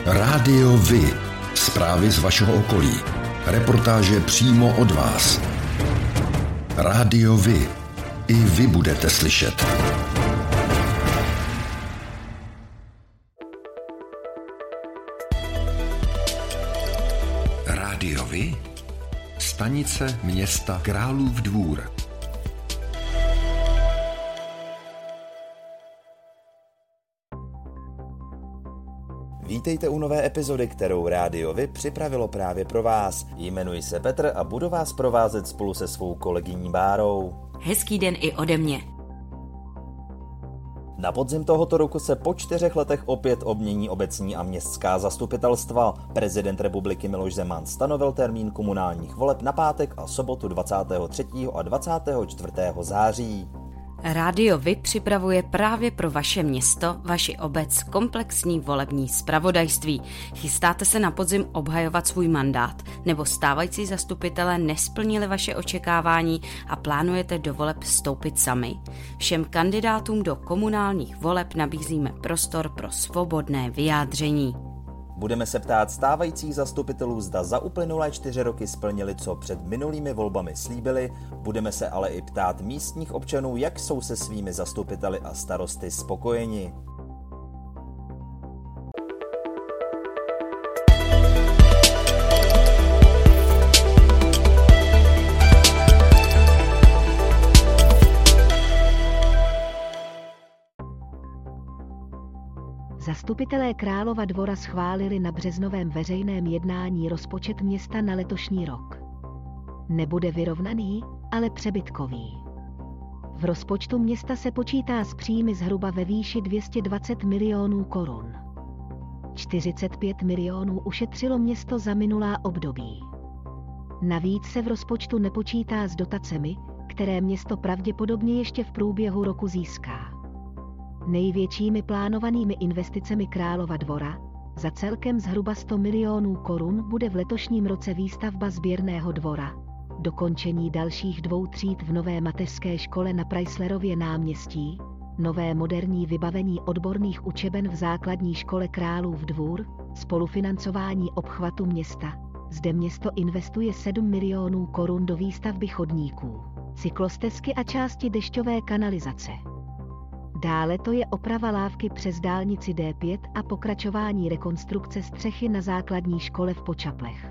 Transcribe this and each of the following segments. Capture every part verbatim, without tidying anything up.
Rádio Vy. Zprávy z vašeho okolí. Reportáže přímo od vás. Rádio Vy. I vy budete slyšet. Rádio Vy. Stanice města Králův Dvůr. Vítejte u nové epizody, kterou Rádio Vy připravilo právě pro vás. Jmenuji se Petr a budu vás provázet spolu se svou kolegyní Bárou. Hezký den i ode mě. Na podzim tohoto roku se po čtyřech letech opět obmění obecní a městská zastupitelstva. Prezident republiky Miloš Zeman stanovil termín komunálních voleb na pátek a sobotu dvacátého třetího a dvacátého čtvrtého září. Rádio Vy připravuje právě pro vaše město, vaši obec komplexní volební zpravodajství. Chystáte se na podzim obhajovat svůj mandát, nebo stávající zastupitelé nesplnili vaše očekávání a plánujete do voleb vstoupit sami? Všem kandidátům do komunálních voleb nabízíme prostor pro svobodné vyjádření. Budeme se ptát stávajících zastupitelů, zda za uplynulé čtyři roky splnili, co před minulými volbami slíbili. Budeme se ale i ptát místních občanů, jak jsou se svými zastupiteli a starosty spokojeni. Zastupitelé Králova Dvora schválili na březnovém veřejném jednání rozpočet města na letošní rok. Nebude vyrovnaný, ale přebytkový. V rozpočtu města se počítá s příjmy zhruba ve výši dvě stě dvacet milionů korun. čtyřicet pět milionů ušetřilo město za minulá období. Navíc se v rozpočtu nepočítá s dotacemi, které město pravděpodobně ještě v průběhu roku získá. Největšími plánovanými investicemi Králova Dvora, za celkem zhruba sto milionů korun, bude v letošním roce výstavba sběrného dvora, dokončení dalších dvou tříd v nové mateřské škole na Preisslerově náměstí, nové moderní vybavení odborných učeben v základní škole Králův Dvůr, spolufinancování obchvatu města. Zde město investuje sedm milionů korun do výstavby chodníků, cyklostezky a části dešťové kanalizace. Dále to je oprava lávky přes dálnici D pět a pokračování rekonstrukce střechy na základní škole v Počaplech.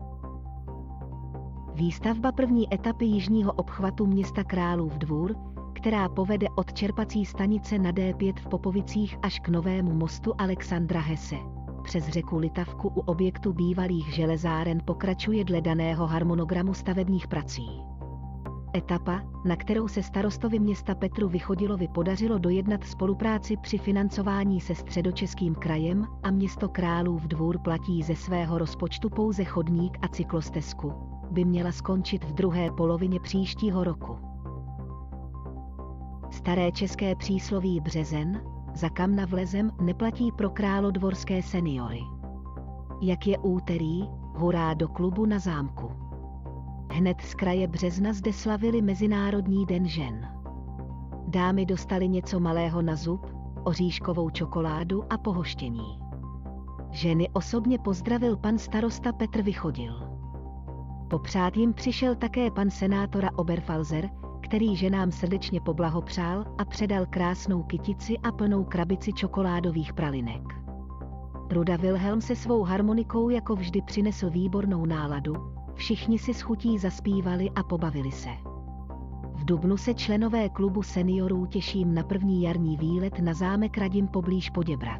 Výstavba první etapy jižního obchvatu města Králův Dvůr, která povede od čerpací stanice na D pět v Popovicích až k novému mostu Alexandra Hesse. Přes řeku Litavku u objektu bývalých železáren pokračuje dle daného harmonogramu stavebních prací. Etapa, na kterou se starostovi města Petru Vychodilovi podařilo dojednat spolupráci při financování se Středočeským krajem a město Králův Dvůr platí ze svého rozpočtu pouze chodník a cyklostezku, by měla skončit v druhé polovině příštího roku. Staré české přísloví březen, za kamna vlezem, neplatí pro králodvorské seniory. Jak je úterý, hurá do klubu na zámku. Hned z kraje března zde slavili Mezinárodní den žen. Dámy dostaly něco malého na zub, oříškovou čokoládu a pohoštění. Ženy osobně pozdravil pan starosta Petr Vychodil. Popřát jim přišel také pan senátora Oberfalzer, který ženám srdečně poblahopřál a předal krásnou kytici a plnou krabici čokoládových pralinek. Ruda Wilhelm se svou harmonikou jako vždy přinesl výbornou náladu. Všichni si s chutí zaspívali a pobavili se. V dubnu se členové klubu seniorů těším na první jarní výlet na zámek Radim poblíž Poděbrad.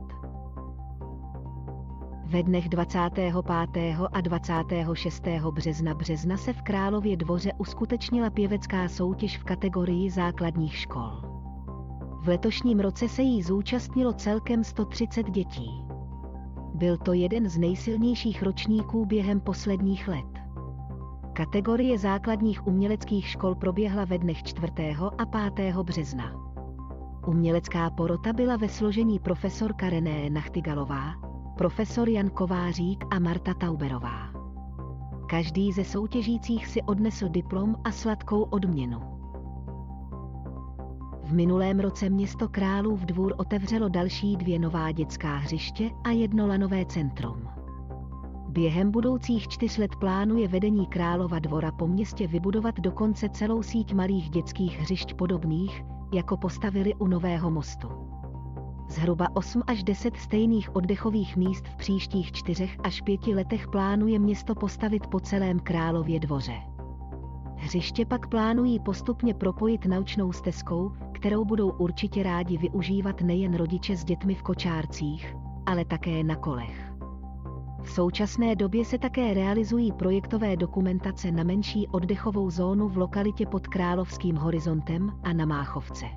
Ve dnech dvacátého pátého a dvacátého šestého března března se v Králově Dvoře uskutečnila pěvecká soutěž v kategorii základních škol. V letošním roce se jí zúčastnilo celkem sto třicet dětí. Byl to jeden z nejsilnějších ročníků během posledních let. Kategorie základních uměleckých škol proběhla ve dnech čtvrtého a pátého března. Umělecká porota byla ve složení profesorka René Nachtigalová, profesor Jan Kovářík a Marta Tauberová. Každý ze soutěžících si odnesl diplom a sladkou odměnu. V minulém roce město Králův Dvůr otevřelo další dvě nová dětská hřiště a jedno lanové centrum. Během budoucích čtyř let plánuje vedení Králova Dvora po městě vybudovat dokonce celou síť malých dětských hřišť podobných, jako postavili u Nového Mostu. Zhruba osm až deset stejných oddechových míst v příštích čtyřech až pěti letech plánuje město postavit po celém Králově Dvoře. Hřiště pak plánují postupně propojit naučnou stezkou, kterou budou určitě rádi využívat nejen rodiče s dětmi v kočárcích, ale také na kolech. V současné době se také realizují projektové dokumentace na menší oddechovou zónu v lokalitě pod Královským horizontem a na Máchovce.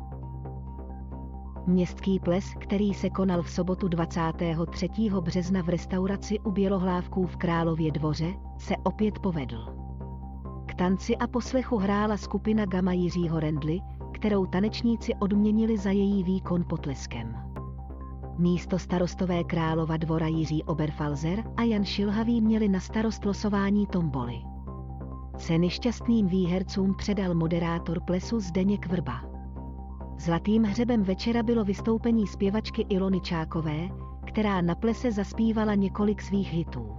Městský ples, který se konal v sobotu dvacátého třetího března v restauraci u Bělohlávků v Králově Dvoře, se opět povedl. K tanci a poslechu hrála skupina Gama Jiřího Rendly, kterou tanečníci odměnili za její výkon potleskem. Místo starostové Králova Dvora Jiří Oberfalzer a Jan Šilhavý měli na starost losování tomboly. Ceny šťastným výhercům předal moderátor plesu Zdeněk Vrba. Zlatým hřebem večera bylo vystoupení zpěvačky Ilony Čákové, která na plese zaspívala několik svých hitů.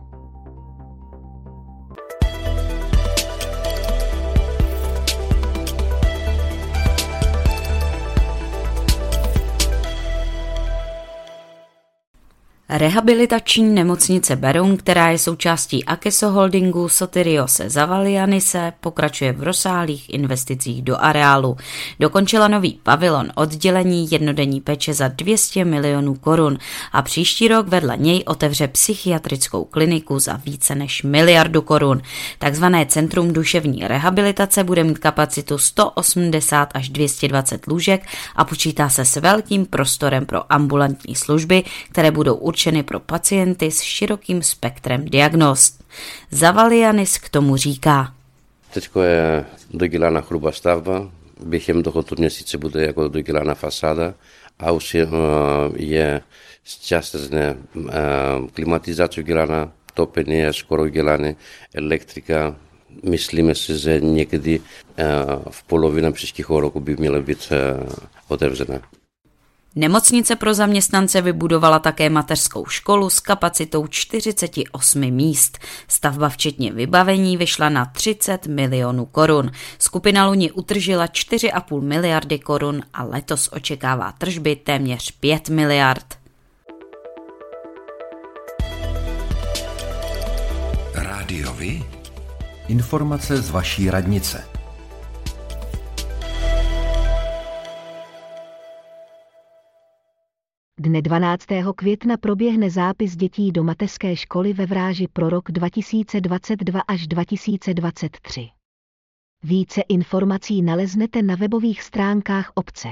Rehabilitační nemocnice Beroun, která je součástí Akeso Holdingu Sotiriose Zavalianise, pokračuje v rozsáhlých investicích do areálu. Dokončila nový pavilon oddělení jednodenní péče za dvě stě milionů korun a příští rok vedle něj otevře psychiatrickou kliniku za více než miliardu korun. Takzvané Centrum duševní rehabilitace bude mít kapacitu sto osmdesát až dvě stě dvacet lůžek a počítá se s velkým prostorem pro ambulantní služby, které budou určeny pro pacienty s širokým spektrem diagnóz. Zavalianis k tomu říká. Teď je dodělána hrubá stavba, během tohoto měsíce bude jako dodělána fasáda a už je, je částečně klimatizace udělána, topení je skoro udělané, elektrika. Myslíme si, že někdy v polovině příštího roku by měla být otevřena. Nemocnice pro zaměstnance vybudovala také mateřskou školu s kapacitou čtyřicet osm míst. Stavba včetně vybavení vyšla na třicet milionů korun. Skupina loni utržila čtyři a půl miliardy korun a letos očekává tržby téměř pět miliard. Rádiovi? Informace z vaší radnice. Dne dvanáctého května proběhne zápis dětí do mateřské školy ve Vráži pro rok dva tisíce dvacet dva až dva tisíce dvacet tři. Více informací naleznete na webových stránkách obce.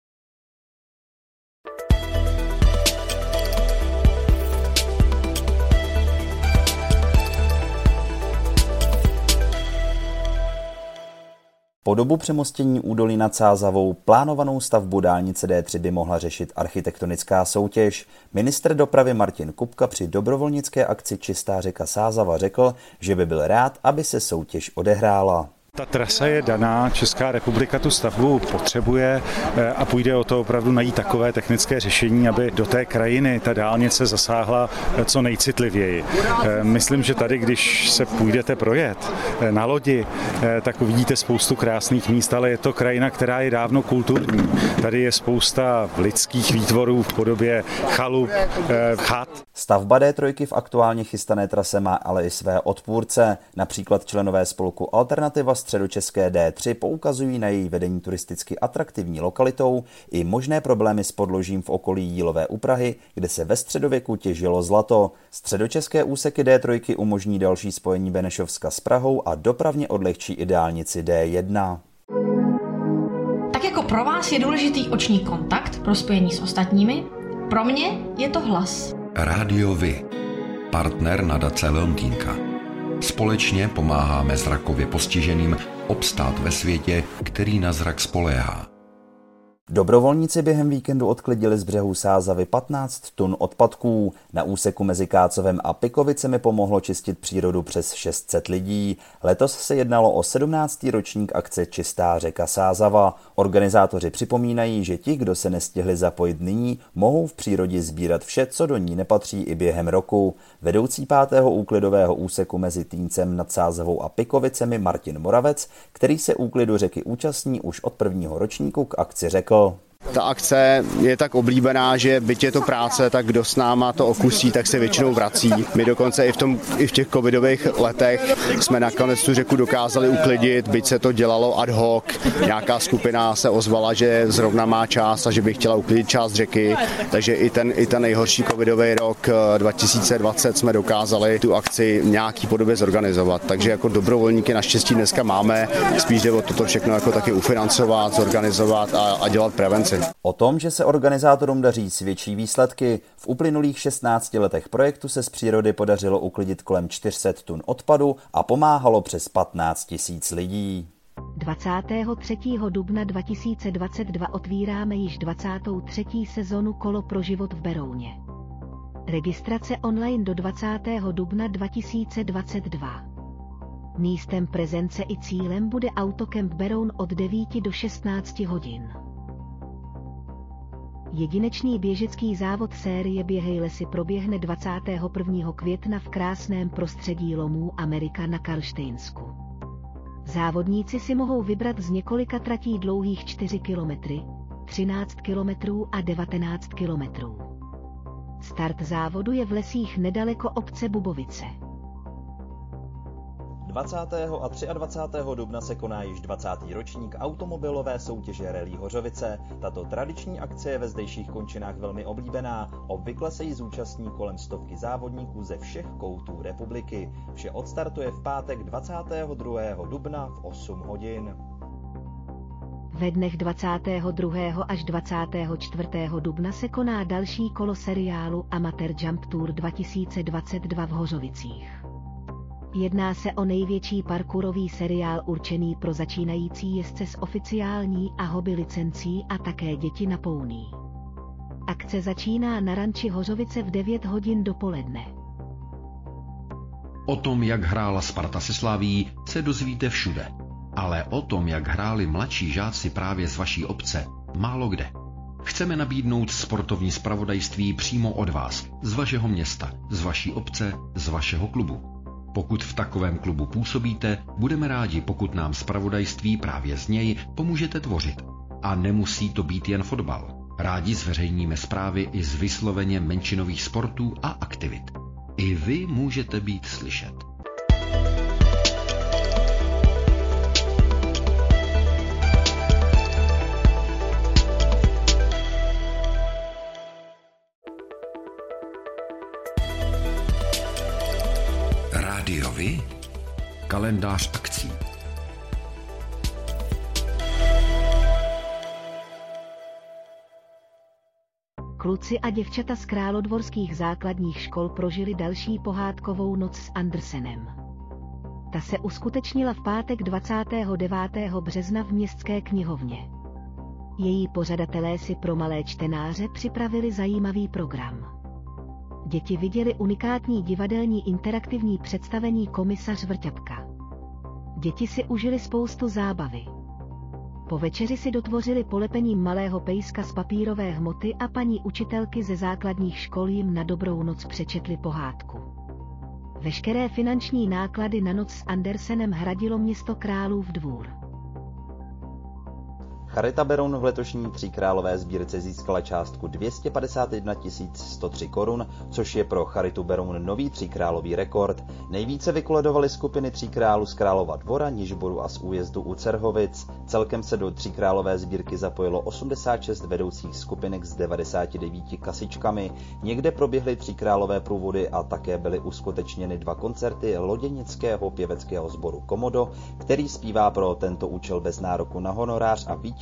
Po dobu přemostění údolí nad Sázavou plánovanou stavbu dálnice D tři by mohla řešit architektonická soutěž. Ministr dopravy Martin Kupka při dobrovolnické akci Čistá řeka Sázava řekl, že by byl rád, aby se soutěž odehrála. Ta trasa je daná, Česká republika tu stavbu potřebuje a půjde o to opravdu najít takové technické řešení, aby do té krajiny ta dálnice zasáhla co nejcitlivěji. Myslím, že tady, když se půjdete projet na lodi, tak uvidíte spoustu krásných míst, ale je to krajina, která je dávno kulturní. Tady je spousta lidských výtvorů v podobě chalup, chat. Stavba D tři v aktuálně chystané trase má ale i své odpůrce. Například členové spolku Alternativa středočeské D tři poukazují na její vedení turisticky atraktivní lokalitou i možné problémy s podložím v okolí Jílové u Prahy, kde se ve středověku těžilo zlato. Středočeské úseky D tři umožní další spojení Benešovska s Prahou a dopravně odlehčí i dálnici D jedna. Tak jako pro vás je důležitý oční kontakt pro spojení s ostatními, pro mě je to hlas. Rádio Vy, partner nadace Leontýnka. Společně pomáháme zrakově postiženým obstát ve světě, který na zrak spoléhá. Dobrovolníci během víkendu odklidili z břehu Sázavy patnáct tun odpadků. Na úseku mezi Kácovem a Pikovicemi pomohlo čistit přírodu přes šest set lidí. Letos se jednalo o sedmnáctý ročník akce Čistá řeka Sázava. Organizátoři připomínají, že ti, kdo se nestihli zapojit nyní, mohou v přírodě sbírat vše, co do ní nepatří, i během roku. Vedoucí pátého úklidového úseku mezi Týncem nad Sázavou a Pikovicemi Martin Moravec, který se úklidu řeky účastní už od prvního ročníku, k akci řekl: Ta akce je tak oblíbená, že byť je to práce, tak kdo s náma to okusí, tak se většinou vrací. My dokonce i v, tom, i v těch covidových letech jsme nakonec tu řeku dokázali uklidit, byť se to dělalo ad hoc. Nějaká skupina se ozvala, že zrovna má čas a že by chtěla uklidit část řeky, takže i ten, i ten nejhorší covidový rok dva tisíce dvacet jsme dokázali tu akci v nějaký podobě zorganizovat. Takže jako dobrovolníky naštěstí dneska máme, spíš jde o toto všechno jako taky ufinancovat, zorganizovat a, a dělat prevenci. O tom, že se organizátorům daří, svědčí výsledky. V uplynulých šestnácti letech projektu se z přírody podařilo uklidit kolem čtyři sta tun odpadu a pomáhalo přes patnáct tisíc lidí. dvacátého třetího dubna dva tisíce dvacet dva otvíráme již dvacátou třetí sezonu Kolo pro život v Berouně. Registrace online do dvacátého dubna dva tisíce dvacet dva. Místem prezence i cílem bude Autokemp Beroun od devíti do šestnácti hodin. Jedinečný běžecký závod série Běhej lesy proběhne dvacátého prvního května v krásném prostředí lomů Amerika na Karlštejnsku. Závodníci si mohou vybrat z několika tratí dlouhých čtyři kilometry, třináct kilometrů a devatenáct kilometrů. Start závodu je v lesích nedaleko obce Bubovice. dvacátého a dvacátého třetího dubna se koná již dvacátý ročník automobilové soutěže Rallye Hořovice. Tato tradiční akce je ve zdejších končinách velmi oblíbená. Obvykle se jí zúčastní kolem stovky závodníků ze všech koutů republiky. Vše odstartuje v pátek dvacátého druhého dubna v osm hodin. Ve dnech dvacátého druhého až dvacátého čtvrtého dubna se koná další kolo seriálu Amateur Jump Tour dva tisíce dvacet dva v Hořovicích. Jedná se o největší parkourový seriál určený pro začínající jezdce s oficiální a hobby licencí a také děti na pouní. Akce začíná na ranči Hořovice v devět hodin dopoledne. O tom, jak hrála Sparta se Slavií, se dozvíte všude. Ale o tom, jak hráli mladší žáci právě z vaší obce, málo kde. Chceme nabídnout sportovní zpravodajství přímo od vás, z vašeho města, z vaší obce, z vašeho klubu. Pokud v takovém klubu působíte, budeme rádi, pokud nám zpravodajství právě z něj pomůžete tvořit. A nemusí to být jen fotbal. Rádi zveřejníme zprávy i z vysloveně menšinových sportů a aktivit. I vy můžete být slyšet. Rádio Vy? Kalendář akcí. Kluci a děvčata z královodvorských základních škol prožili další pohádkovou noc s Andersenem. Ta se uskutečnila v pátek dvacátého devátého března v Městské knihovně. Její pořadatelé si pro malé čtenáře připravili zajímavý program. Děti viděli unikátní divadelní interaktivní představení Komisař Vrťapka. Děti si užili spoustu zábavy. Po večeři si dotvořili polepením malého pejska z papírové hmoty a paní učitelky ze základních škol jim na dobrou noc přečetli pohádku. Veškeré finanční náklady na noc s Andersenem hradilo město Králův Dvůr. Charita Beroun v letošní tříkrálové sbírce získala částku dvě stě padesát jedna tisíc sto tři korun, což je pro Charitu Beroun nový tříkrálový rekord. Nejvíce vykoledovaly skupiny Tří králů z Králova Dvora, Nižboru a z újezdu u Cerhovic. Celkem se do tříkrálové sbírky zapojilo osmdesát šest vedoucích skupinek s devadesáti devíti kasičkami. Někde proběhly tříkrálové průvody a také byly uskutečněny dva koncerty loděnického pěveckého sboru Komodo, který zpívá pro tento účel bez nároku na honorář, a vítěz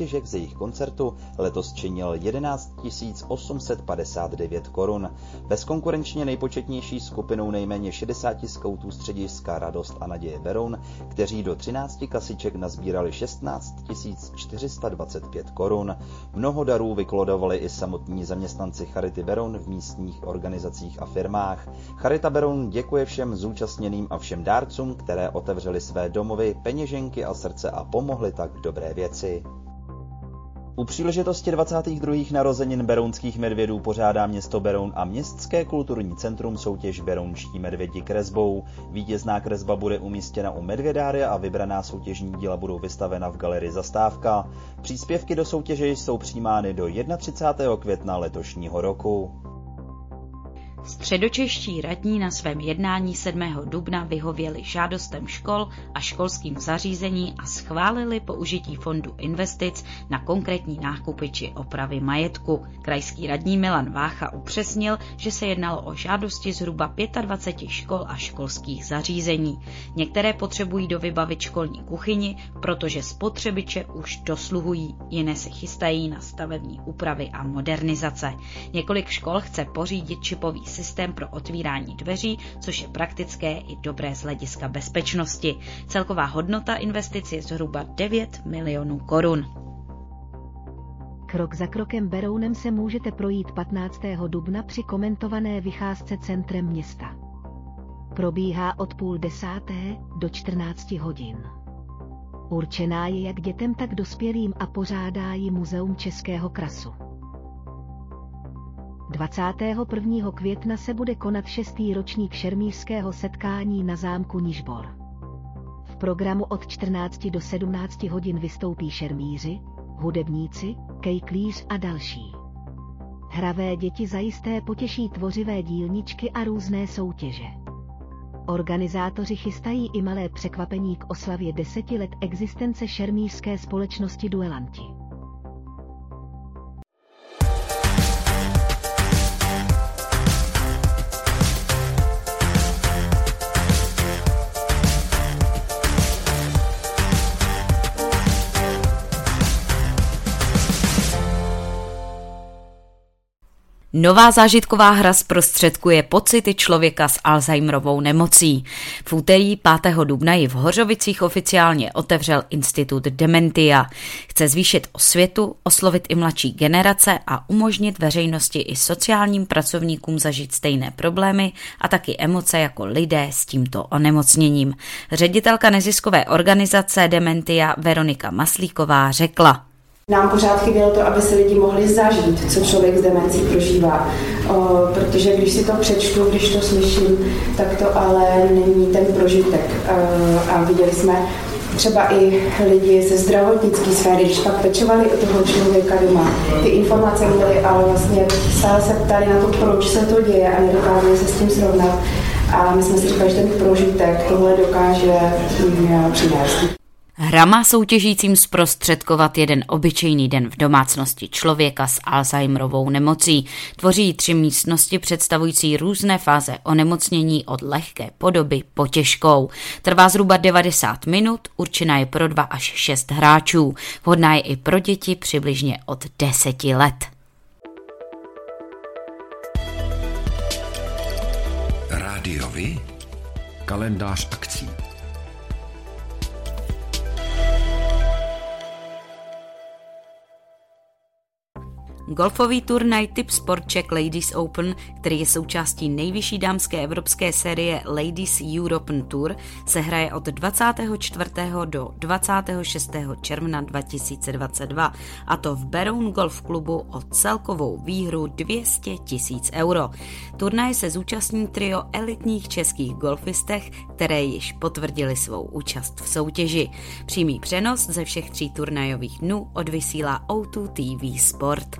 výtěžek z jejich koncertu letos činil jedenáct tisíc osm set padesát devět korun. Bezkonkurenčně nejpočetnější skupinou nejméně šedesáti skautů střediska Radost a naděje Beroun, kteří do třinácti kasiček nazbírali šestnáct tisíc čtyři sta dvacet pět korun. Mnoho darů vyklodovali i samotní zaměstnanci Charity Beroun v místních organizacích a firmách. Charita Beroun děkuje všem zúčastněným a všem dárcům, které otevřeli své domovy, peněženky a srdce a pomohli tak dobré věci. U příležitosti dvacátých druhých narozenin berounských medvědů pořádá město Beroun a Městské kulturní centrum soutěž Berounští medvědi kresbou. Vítězná kresba bude umístěna u medvědária a vybraná soutěžní díla budou vystavena v galerii Zastávka. Příspěvky do soutěže jsou přijímány do třicátého prvního května letošního roku. Středočeští radní na svém jednání sedmého dubna vyhověli žádostem škol a školským zařízení a schválili použití fondu investic na konkrétní nákupy či opravy majetku. Krajský radní Milan Vácha upřesnil, že se jednalo o žádosti zhruba dvaceti pěti škol a školských zařízení. Některé potřebují dovybavit školní kuchyni, protože spotřebiče už dosluhují, jiné se chystají na stavební úpravy a modernizace. Několik škol chce pořídit čipový systém pro otvírání dveří, což je praktické i dobré z hlediska bezpečnosti. Celková hodnota investic je zhruba devět milionů korun. Krok za krokem Berounem se můžete projít patnáctého dubna při komentované vycházce centrem města. Probíhá od půl desáté do čtrnácti hodin. Určená je jak dětem, tak dospělým a pořádá ji Muzeum Českého krasu. dvacátého prvního května se bude konat šestý ročník šermířského setkání na zámku Nižbor. V programu od čtrnácti do sedmnácti hodin vystoupí šermíři, hudebníci, kejklíř a další. Hravé děti zajisté potěší tvořivé dílničky a různé soutěže. Organizátoři chystají i malé překvapení k oslavě deseti let existence šermířské společnosti Duelanti. Nová zážitková hra zprostředkuje pocity člověka s Alzheimerovou nemocí. V úterý pátého dubna ji v Hořovicích oficiálně otevřel Institut Dementia. Chce zvýšit osvětu, oslovit i mladší generace a umožnit veřejnosti i sociálním pracovníkům zažít stejné problémy a taky emoce jako lidé s tímto onemocněním. Ředitelka neziskové organizace Dementia Veronika Maslíková řekla: Nám pořád chybělo to, aby si lidi mohli zažít, co člověk s demencí prožívá. O, protože když si to přečtu, když to slyším, tak to ale není ten prožitek. O, a viděli jsme třeba i lidi ze zdravotnické sféry, když pak pečovali o toho člověka doma. Ty informace měli, ale vlastně stále se ptali na to, proč se to děje a nedokázali se s tím srovnat. A my jsme si říkali, že ten prožitek tohle dokáže přinést. Hra má soutěžícím zprostředkovat jeden obyčejný den v domácnosti člověka s Alzheimerovou nemocí. Tvoří tři místnosti představující různé fáze onemocnění od lehké podoby po těžkou. Trvá zhruba devadesát minut, určená je pro dva až šest hráčů. Vhodná je i pro děti přibližně od deseti let. Rádiovi? Kalendář akcí. Golfový turnaj typ Sport Czech Ladies Open, který je součástí nejvyšší dámské evropské série Ladies European Tour, se hraje od dvacátého čtvrtého do dvacátého šestého června dva tisíce dvacet dva, a to v Beroun Golf klubu o celkovou výhru dvě stě tisíc euro. Turnaje se zúčastní trio elitních českých golfistech, které již potvrdili svou účast v soutěži. Přímý přenos ze všech tří turnajových dnů odvysílá O dva T V Sport.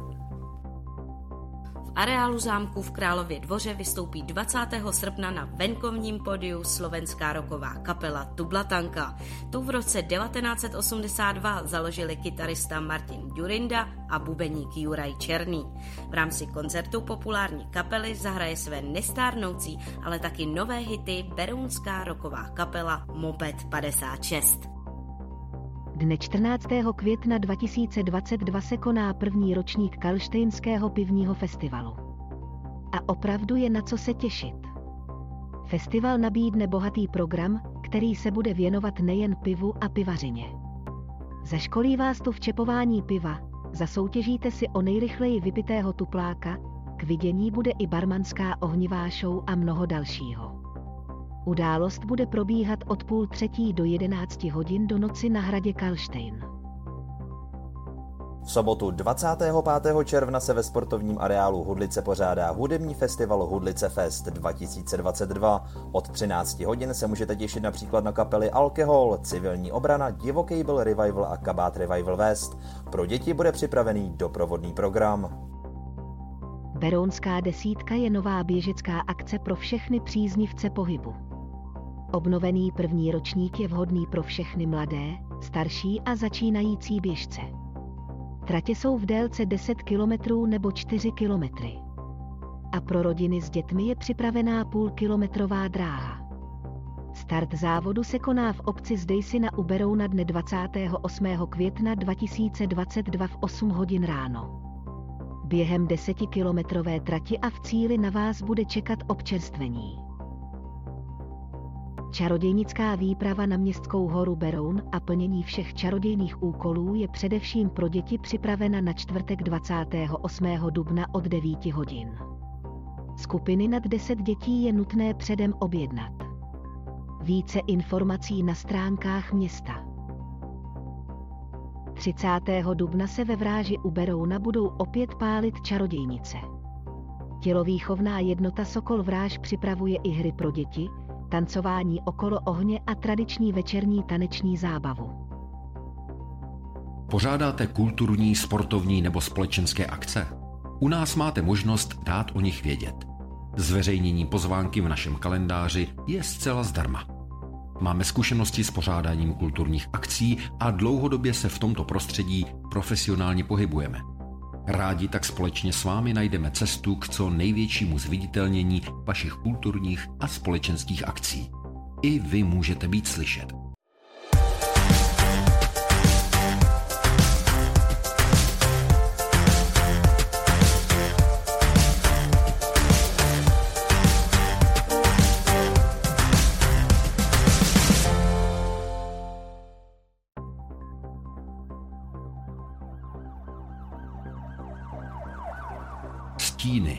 V areálu zámku v Králově Dvoře vystoupí dvacátého srpna na venkovním pódiu slovenská rocková kapela Tublatanka. Tu v roce devatenáct set osmdesát dva založili kytarista Martin Ďurinda a bubeník Juraj Černý. V rámci koncertu populární kapely zahraje své nestárnoucí, ale taky nové hity berounská rocková kapela Moped padesát šest. Dne čtrnáctého května dva tisíce dvacet dva se koná první ročník Karlštejnského pivního festivalu. A opravdu je na co se těšit. Festival nabídne bohatý program, který se bude věnovat nejen pivu a pivařině. Zaškolí vás tu v čepování piva, zasoutěžíte si o nejrychleji vypitého tupláka, k vidění bude i barmanská ohnivá show a mnoho dalšího. Událost bude probíhat od půl třetí do jedenácti hodin do noci na hradě Karlštejn. V sobotu dvacátého pátého června se ve sportovním areálu Hudlice pořádá hudební festival Hudlice Fest dva tisíce dvacet dva. Od třinácti hodin se můžete těšit například na kapely Alkohol, Civilní obrana, Divokejbl Revival a Kabát Revival West. Pro děti bude připravený doprovodný program. Berounská desítka je nová běžecká akce pro všechny příznivce pohybu. Obnovený první ročník je vhodný pro všechny mladé, starší a začínající běžce. Tratě jsou v délce deset kilometrů nebo čtyři kilometry. A pro rodiny s dětmi je připravená půlkilometrová dráha. Start závodu se koná v obci Zdejsina u Berouna dne dvacátého osmého května dva tisíce dvacet dva v osm hodin ráno. Během desetikilometrové trati a v cíli na vás bude čekat občerstvení. Čarodějnická výprava na Městskou horu Beroun a plnění všech čarodějných úkolů je především pro děti připravena na čtvrtek dvacátého osmého dubna od devíti hodin. Skupiny nad deset dětí je nutné předem objednat. Více informací na stránkách města. třicátého dubna se ve Vráži u Berouna budou opět pálit čarodějnice. Tělovýchovná jednota Sokol Vráž připravuje i hry pro děti, tancování okolo ohně a tradiční večerní taneční zábavu. Pořádáte kulturní, sportovní nebo společenské akce? U nás máte možnost dát o nich vědět. Zveřejnění pozvánky v našem kalendáři je zcela zdarma. Máme zkušenosti s pořádáním kulturních akcí a dlouhodobě se v tomto prostředí profesionálně pohybujeme. Rádi tak společně s vámi najdeme cestu k co největšímu zviditelnění vašich kulturních a společenských akcí. I vy můžete být slyšet. Stíny.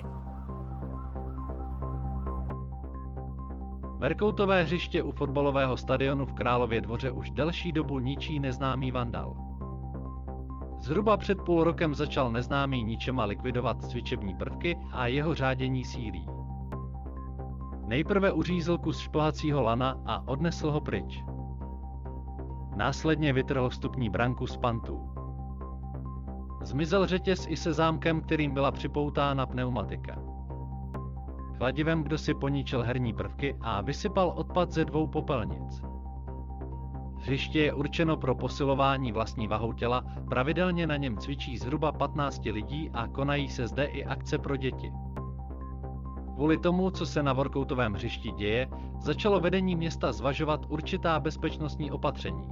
Merkoutové hřiště u fotbalového stadionu v Králově Dvoře už delší dobu ničí neznámý vandal. Zhruba před půl rokem začal neznámý ničema likvidovat cvičební prvky a jeho řádění sílí. Nejprve uřízl kus šplhacího lana a odnesl ho pryč. Následně vytrhl vstupní branku z pantů. Zmizel řetěz i se zámkem, kterým byla připoutána pneumatika. Kladivem kdosi poničil herní prvky a vysypal odpad ze dvou popelnic. Hřiště je určeno pro posilování vlastní vahou těla, pravidelně na něm cvičí zhruba patnáct lidí a konají se zde i akce pro děti. Kvůli tomu, co se na workoutovém hřišti děje, začalo vedení města zvažovat určitá bezpečnostní opatření.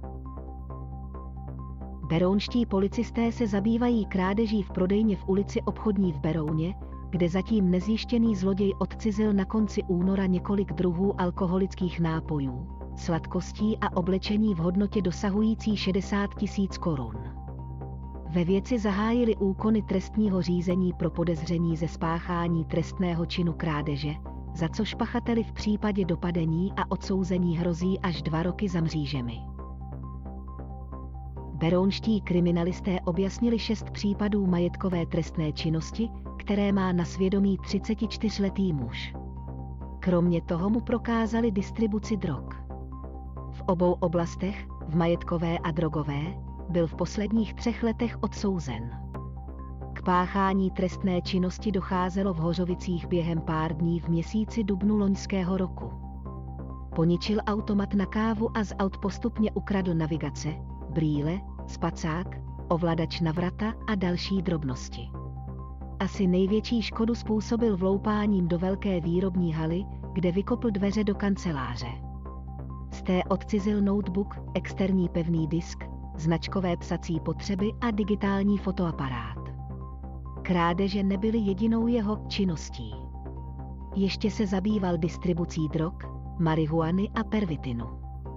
Berounští policisté se zabývají krádeží v prodejně v ulici Obchodní v Berouně, kde zatím nezjištěný zloděj odcizil na konci února několik druhů alkoholických nápojů, sladkostí a oblečení v hodnotě dosahující šedesát tisíc korun. Ve věci zahájili úkony trestního řízení pro podezření ze spáchání trestného činu krádeže, za což pachateli v případě dopadení a odsouzení hrozí až dva roky za mřížemi. Berounští kriminalisté objasnili šest případů majetkové trestné činnosti, které má na svědomí třicetičtyřletý muž. Kromě toho mu prokázali distribuci drog. V obou oblastech, v majetkové a drogové, byl v posledních třech letech odsouzen. K páchání trestné činnosti docházelo v Hořovicích během pár dní v měsíci dubnu loňského roku. Poničil automat na kávu a z aut postupně ukradl navigace, brýle, spacák, ovladač na vrata a další drobnosti. Asi největší škodu způsobil vloupáním do velké výrobní haly, kde vykopl dveře do kanceláře. Z té odcizil notebook, externí pevný disk, značkové psací potřeby a digitální fotoaparát. Krádeže nebyly jedinou jeho činností. Ještě se zabýval distribucí drog, marihuany a pervitinu.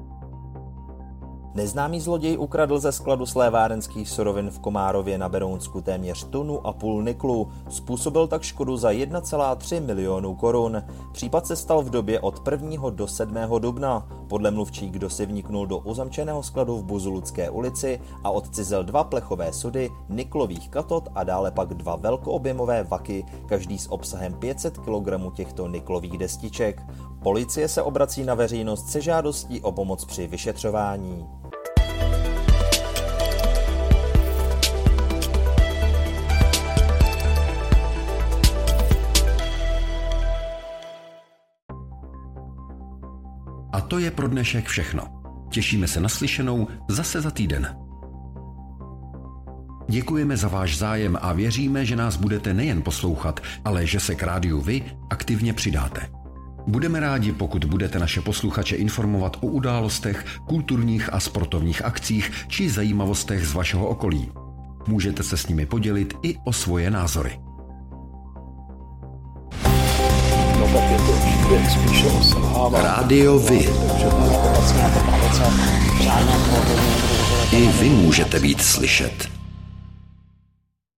Neznámý zloděj ukradl ze skladu slévárenských surovin v Komárově na Berounsku téměř tunu a půl niklu. Způsobil tak škodu za jedna celá tři milionu korun. Případ se stal v době od prvního do sedmého dubna. Podle mluvčí kdosi vniknul do uzamčeného skladu v Buzulucké ulici a odcizel dva plechové sudy, niklových katod a dále pak dva velkoobjemové vaky, každý s obsahem pět set kilogramů těchto niklových destiček. Policie se obrací na veřejnost se žádostí o pomoc při vyšetřování. A to je pro dnešek všechno. Těšíme se na slyšenou zase za týden. Děkujeme za váš zájem a věříme, že nás budete nejen poslouchat, ale že se k rádiu Vy aktivně přidáte. Budeme rádi, pokud budete naše posluchače informovat o událostech, kulturních a sportovních akcích či zajímavostech z vašeho okolí. Můžete se s nimi podělit i o svoje názory. Rádio Vy. I vy můžete být slyšet.